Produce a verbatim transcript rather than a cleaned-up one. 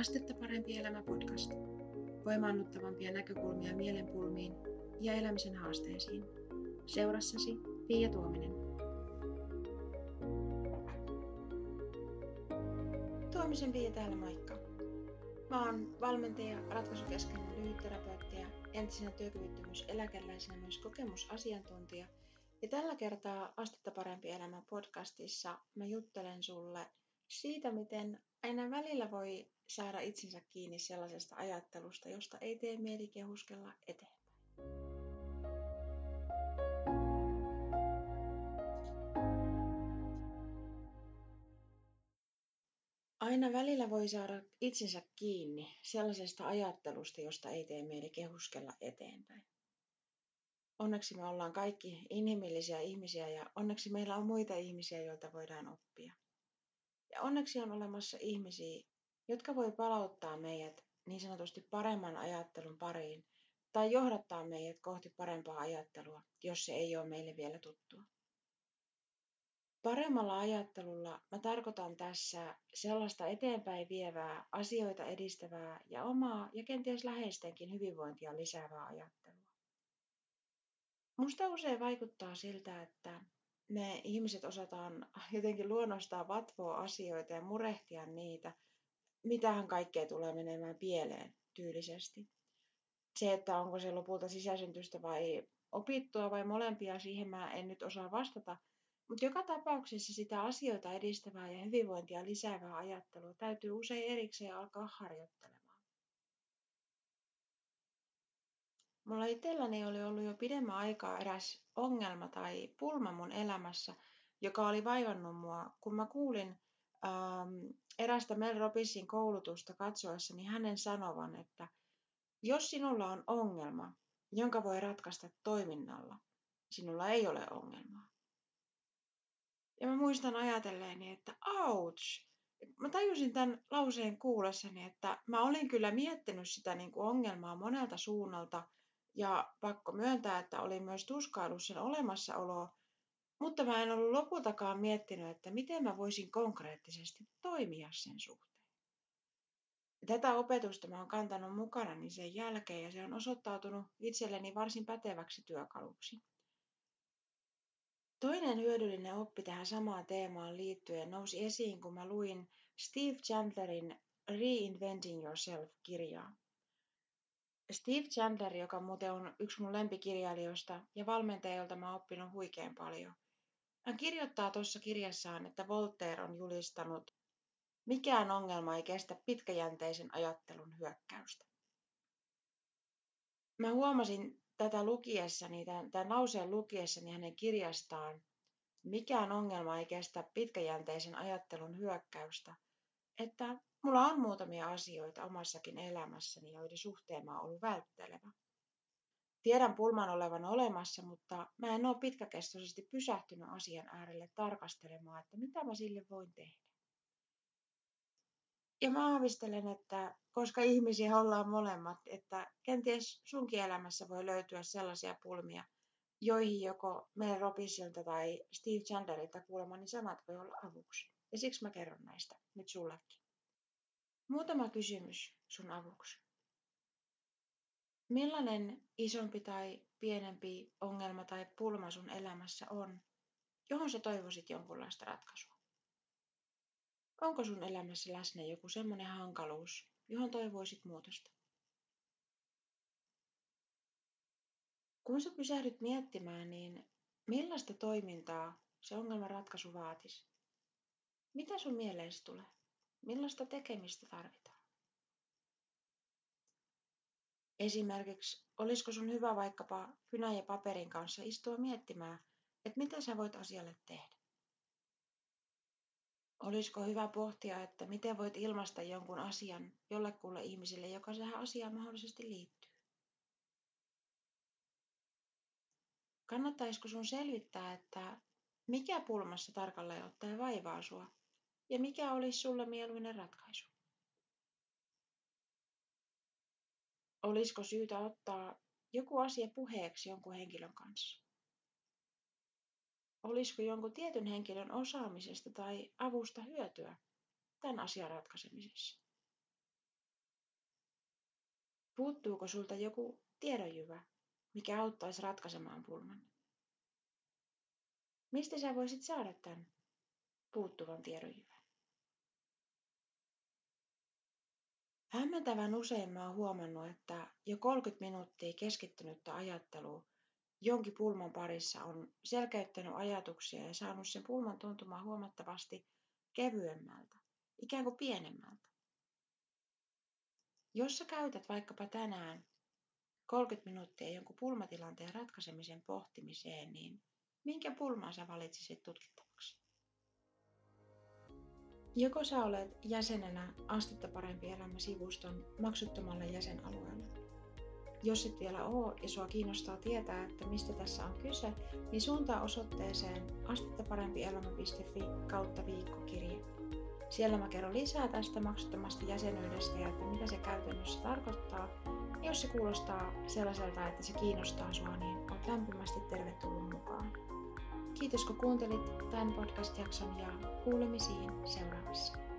Astetta parempi elämä podcast. Voimaannuttavampia näkökulmia mielenpulmiin ja elämisen haasteisiin. Seurassasi Pia Tuominen. Tuomisen Pia täällä, moikka. Mä oon valmentaja, ratkaisukeskeinen lyhytterapeutti ja entisenä työkyvyttömyyseläkeläisenä myös kokemusasiantuntija. Ja tällä kertaa Astetta parempi elämä podcastissa mä juttelen sulle siitä, miten aina välillä voi saada itsensä kiinni sellaisesta ajattelusta, josta ei tee mieli kehuskella eteenpäin. Aina välillä voi saada itsensä kiinni sellaisesta ajattelusta, josta ei tee mieli kehuskella eteenpäin. Onneksi me ollaan kaikki inhimillisiä ihmisiä ja onneksi meillä on muita ihmisiä, joilta voidaan oppia. Ja onneksi on olemassa ihmisiä, jotka voi palauttaa meidät niin sanotusti paremman ajattelun pariin tai johdattaa meidät kohti parempaa ajattelua, jos se ei ole meille vielä tuttua. Paremmalla ajattelulla mä tarkoitan tässä sellaista eteenpäin vievää, asioita edistävää ja omaa ja kenties läheistenkin hyvinvointia lisäävää ajattelua. Musta usein vaikuttaa siltä, että me ihmiset osataan jotenkin luonnostaan vatvoa asioita ja murehtia niitä, mitähän kaikkea tulee menemään pieleen tyylisesti. Se, että onko se lopulta sisäsyntystä vai opittua vai molempia, siihen mä en nyt osaa vastata. Mutta joka tapauksessa sitä asioita edistävää ja hyvinvointia lisäävää ajattelua täytyy usein erikseen alkaa harjoittelemaan. Mulla itselläni oli ollut jo pidemmän aikaa eräs ongelma tai pulma mun elämässä, joka oli vaivannut mua, kun mä kuulin ähm, erästä Mel Robbinsin koulutusta katsoessani hänen sanovan, että jos sinulla on ongelma, jonka voi ratkaista toiminnalla, sinulla ei ole ongelmaa. Ja mä muistan ajatelleeni, että ouch! Mä tajusin tämän lauseen kuullessani, että mä olin kyllä miettinyt sitä niin kuin ongelmaa monelta suunnalta ja pakko myöntää, että olin myös tuskaillut sen olemassaoloa, mutta mä en ollut lopultakaan miettinyt, että miten mä voisin konkreettisesti toimia sen suhteen. Tätä opetusta mä oon kantanut mukanani sen jälkeen ja se on osoittautunut itselleni varsin päteväksi työkaluksi. Toinen hyödyllinen oppi tähän samaan teemaan liittyen nousi esiin, kun mä luin Steve Chandlerin Reinventing Yourself-kirjaa. Steve Chandler, joka muuten on yksi mun lempikirjailijoista ja valmentaja, jolta mä oon oppinut huikean paljon. Hän kirjoittaa tuossa kirjassaan, että Voltaire on julistanut, mikään ongelma ei kestä pitkäjänteisen ajattelun hyökkäystä. Mä huomasin tätä lukiessani, tämän, tämän lauseen lukiessani hänen kirjastaan, mikään ongelma ei kestä pitkäjänteisen ajattelun hyökkäystä, että mulla on muutamia asioita omassakin elämässäni, joiden suhteen mä oon ollut välttelevä. Tiedän pulman olevan olemassa, mutta mä en ole pitkäkestoisesti pysähtynyt asian äärelle tarkastelemaan, että mitä mä sille voin tehdä. Ja mä aavistelen, että koska ihmisiä ollaan molemmat, että kenties sunkin elämässä voi löytyä sellaisia pulmia, joihin joko Mel Robbinsilta tai Steve Chandlerilta kuulemani sanat voi olla avuksi. Ja siksi mä kerron näistä nyt sullekin. Muutama kysymys sun avuksi. Millainen isompi tai pienempi ongelma tai pulma sun elämässä on, johon sä toivoisit jonkunlaista ratkaisua? Onko sun elämässä läsnä joku semmoinen hankaluus, johon toivoisit muutosta? Kun sä pysähdyt miettimään, niin millaista toimintaa se ongelmanratkaisu vaatisi? Mitä sun mieleesi tulee? Millaista tekemistä tarvitaan? Esimerkiksi, olisiko sun hyvä vaikkapa kynän ja paperin kanssa istua miettimään, että mitä sä voit asialle tehdä? Olisiko hyvä pohtia, että miten voit ilmaista jonkun asian jollekulle ihmiselle, joka tähän asiaan mahdollisesti liittyy? Kannattaisiko sun selvittää, että mikä pulmassa tarkalleen ottaen vaivaa sua ja mikä olisi sulle mieluinen ratkaisu? Olisiko syytä ottaa joku asia puheeksi jonkun henkilön kanssa? Olisiko jonkun tietyn henkilön osaamisesta tai avusta hyötyä tämän asian ratkaisemisessa? Puuttuuko sulta joku tiedonjyvä, mikä auttaisi ratkaisemaan pulman? Mistä sä voisit saada tämän puuttuvan tiedonjyvän? Hämmentävän usein mä oon huomannut, että jo kolmekymmentä minuuttia keskittynyttä ajattelua jonkin pulman parissa on selkeyttänyt ajatuksia ja saanut sen pulman tuntumaan huomattavasti kevyemmältä, ikään kuin pienemmältä. Jos sä käytät vaikkapa tänään kolmekymmentä minuuttia jonkun pulmatilanteen ratkaisemisen pohtimiseen, niin minkä pulman sä valitsisit tutkittavaksi? Joko sä olet jäsenenä Astetta parempi elämä -sivuston maksuttomalla jäsenalueella. Jos et vielä oo ja sua kiinnostaa tietää, että mistä tässä on kyse, niin suuntaa osoitteeseen astettaparempielämä piste fi kautta viikkokirje. Siellä mä kerron lisää tästä maksuttomasta jäsenyydestä ja että mitä se käytännössä tarkoittaa. Jos se kuulostaa sellaiselta, että se kiinnostaa sua, niin oot lämpimästi tervetullut mukaan. Kiitos kun kuuntelit tämän podcast-jakson ja kuulemisiin seuraavassa.